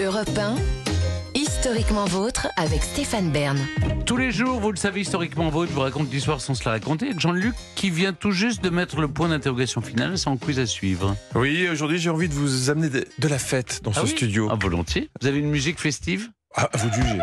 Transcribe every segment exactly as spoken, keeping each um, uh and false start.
Europe un, Historiquement Vôtre avec Stéphane Bern. Tous les jours, vous le savez, Historiquement Vôtre vous raconte l'histoire sans se la raconter. Jean-Luc qui vient tout juste de mettre le point d'interrogation final, c'est en quiz à suivre. Oui, aujourd'hui j'ai envie de vous amener de, de la fête dans Ah ce oui studio. Ah, volontiers. Vous avez une musique festive? Ah, à vous de juger.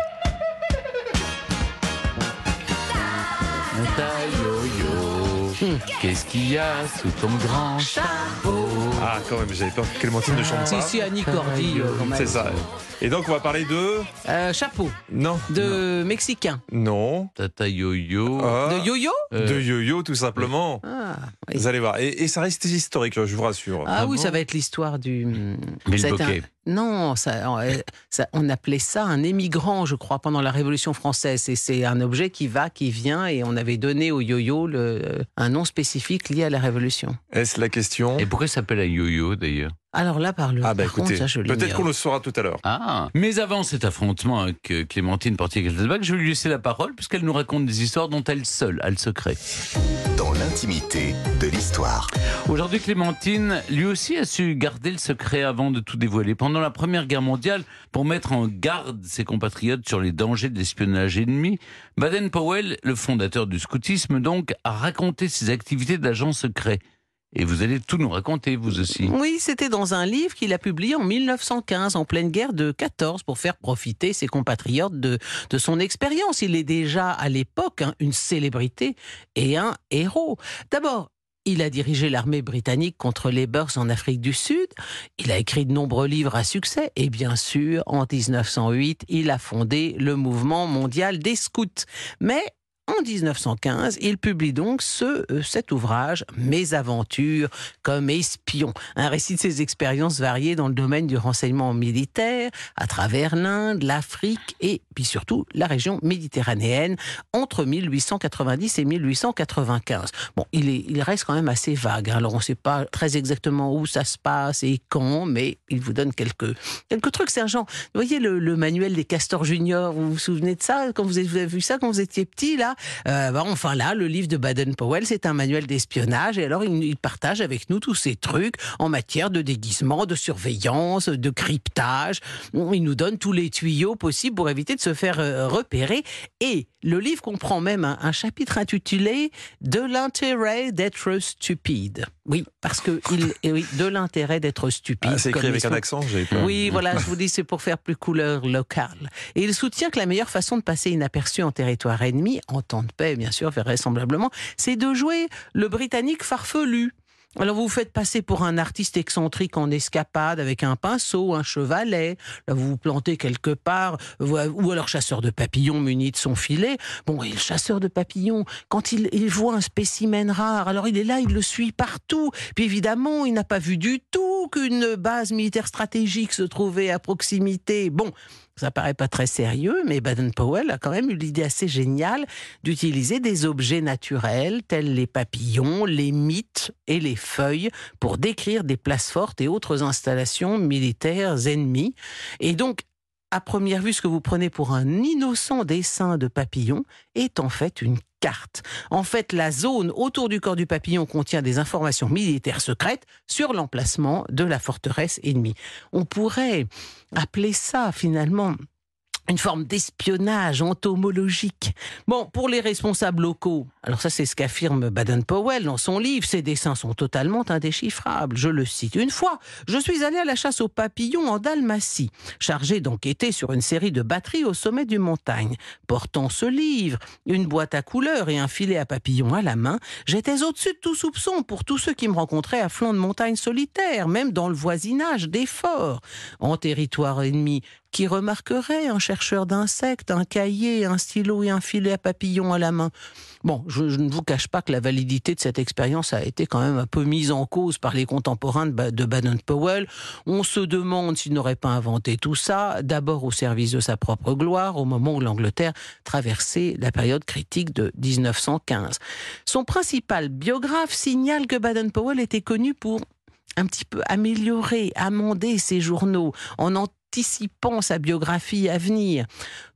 Hum. Qu'est-ce qu'il y a sous ton grand chapeau? Ah, quand même, j'avais peur que Clémentine ne chante Si, pas. si, Annie Cordy, euh, quand même. C'est ça. Et donc on va parler de... Euh, chapeau, Non. de Mexicain. Non. Tata Yo-Yo. Ah, De yo-yo Euh, de yo-yo, tout simplement. Ah, oui. Vous allez voir. Et, et ça reste historique, je vous rassure. Ah Ah oui, bon ça va être l'histoire du... Mille ça a été bouquets. un- Non, ça, euh, ça- on appelait ça un émigrant, je crois, pendant la Révolution française. Et c'est un objet qui va, qui vient, et on avait donné au yo-yo le- un nom spécifique lié à la Révolution. Est-ce la question? Et pourquoi ça s'appelle un yo-yo d'ailleurs? Alors là, par le Ah bah par contre, écoutez, ça, je peut-être l'ignore. qu'on le saura tout à l'heure. Ah. Mais avant cet affrontement avec euh, Clémentine Portier-Gelsbach, je vais lui laisser la parole puisqu'elle nous raconte des histoires dont elle seule a le secret. Dans l'intimité de l'histoire. Aujourd'hui, Clémentine, lui aussi, a su garder le secret avant de tout dévoiler. Pendant la Première Guerre mondiale, pour mettre en garde ses compatriotes sur les dangers de l'espionnage ennemi, Baden-Powell, le fondateur du scoutisme donc, a raconté ses activités d'agent secret. Et vous allez tout nous raconter, vous aussi. Oui, c'était dans un livre qu'il a publié en mille neuf cent quinze, en pleine guerre de quatorze, pour faire profiter ses compatriotes de, de son expérience. Il est déjà, à l'époque, hein, une célébrité et un héros. D'abord, il a dirigé l'armée britannique contre les Boers en Afrique du Sud. Il a écrit de nombreux livres à succès. Et bien sûr, en dix-neuf cent huit, il a fondé le mouvement mondial des scouts. Mais en dix-neuf cent quinze, il publie donc ce, euh, cet ouvrage, Mes aventures comme espion. Un récit de ses expériences variées dans le domaine du renseignement militaire, à travers l'Inde, l'Afrique et puis surtout la région méditerranéenne, entre mille huit cent quatre-vingt-dix et mille huit cent quatre-vingt-quinze. Bon, il, est, il reste quand même assez vague. Hein. Alors on ne sait pas très exactement où ça se passe et quand, mais il vous donne quelques, quelques trucs, sergent. Vous voyez le, le manuel des Castors Junior, vous vous souvenez de ça, quand vous avez, vous avez vu ça quand vous étiez petit, là? Euh, bah, enfin là, le livre de Baden-Powell, c'est un manuel d'espionnage et alors il, il partage avec nous tous ces trucs en matière de déguisement, de surveillance, de cryptage. Il nous donne tous les tuyaux possibles pour éviter de se faire euh, repérer. Et le livre comprend même un, un chapitre intitulé « De l'intérêt d'être stupide ». Oui, parce que il, et oui, de l'intérêt d'être stupide. Ah, c'est écrit comme avec ils un sont- accent, j'avais peur. Oui, voilà, je vous dis, c'est pour faire plus couleur locale. Et il soutient que la meilleure façon de passer inaperçu en territoire ennemi, en temps de paix, bien sûr, vraisemblablement, c'est de jouer le Britannique farfelu. Alors vous vous faites passer pour un artiste excentrique en escapade avec un pinceau, un chevalet, là vous vous plantez quelque part, ou alors chasseur de papillons muni de son filet. Bon, et le chasseur de papillons, quand il, il voit un spécimen rare, alors il est là, il le suit partout. Puis évidemment, il n'a pas vu du tout qu'une base militaire stratégique se trouvait à proximité. Bon, ça paraît pas très sérieux, mais Baden-Powell a quand même eu l'idée assez géniale d'utiliser des objets naturels tels les papillons, les mythes et les feuilles pour décrire des places fortes et autres installations militaires ennemies. Et donc, à première vue, ce que vous prenez pour un innocent dessin de papillon est en fait une carte. En fait, la zone autour du corps du papillon contient des informations militaires secrètes sur l'emplacement de la forteresse ennemie. On pourrait appeler ça finalement une forme d'espionnage entomologique. Bon, pour les responsables locaux, alors ça c'est ce qu'affirme Baden-Powell dans son livre, ces dessins sont totalement indéchiffrables. Je le cite. Une fois, je suis allé à la chasse aux papillons en Dalmatie, chargé d'enquêter sur une série de batteries au sommet d'une montagne. Portant ce livre, une boîte à couleurs et un filet à papillons à la main, j'étais au-dessus de tout soupçon pour tous ceux qui me rencontraient à flanc de montagne solitaire, même dans le voisinage des forts. En territoire ennemi, qui remarquerait un chercheur d'insectes, un cahier, un stylo et un filet à papillons à la main. Bon, je, je ne vous cache pas que la validité de cette expérience a été quand même un peu mise en cause par les contemporains de, ba- de Baden-Powell. On se demande s'il n'aurait pas inventé tout ça, d'abord au service de sa propre gloire, au moment où l'Angleterre traversait la période critique de dix-neuf cent quinze. Son principal biographe signale que Baden-Powell était connu pour un petit peu améliorer, amender ses journaux, en anticipant sa biographie à venir.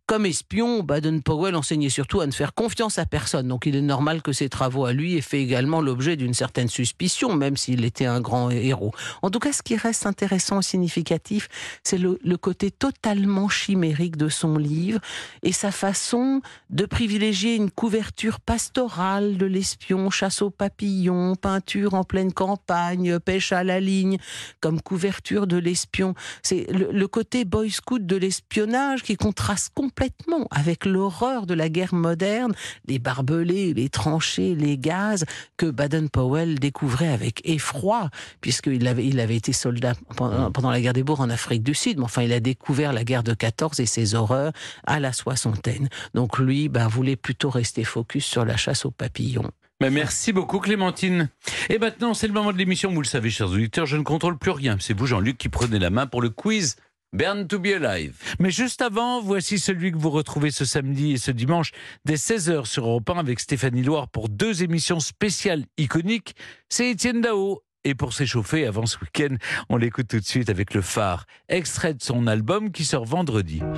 Comme espion, Baden-Powell enseignait surtout à ne faire confiance à personne. Donc il est normal que ses travaux à lui aient fait également l'objet d'une certaine suspicion, même s'il était un grand héros. En tout cas, ce qui reste intéressant et significatif, c'est le, le côté totalement chimérique de son livre et sa façon de privilégier une couverture pastorale de l'espion, chasse aux papillons, peinture en pleine campagne, pêche à la ligne, comme couverture de l'espion. C'est le, le côté boy scout de l'espionnage qui contraste complètement avec l'horreur de la guerre moderne, les barbelés, les tranchées, les gaz, que Baden-Powell découvrait avec effroi, puisqu'il avait, il avait été soldat pendant, pendant la guerre des Boers en Afrique du Sud, mais enfin il a découvert la guerre de quatorze et ses horreurs à la soixantaine. Donc lui ben, voulait plutôt rester focus sur la chasse aux papillons. Mais merci beaucoup Clémentine. Et maintenant, c'est le moment de l'émission, vous le savez chers auditeurs, je ne contrôle plus rien. C'est vous Jean-Luc qui prenez la main pour le quiz Born to be Alive. Mais juste avant, voici celui que vous retrouvez ce samedi et ce dimanche dès seize heures sur Europe un avec Stéphanie Loire pour deux émissions spéciales iconiques. C'est Étienne Dao. Et pour s'échauffer avant ce week-end, on l'écoute tout de suite avec Le Phare, extrait de son album qui sort vendredi.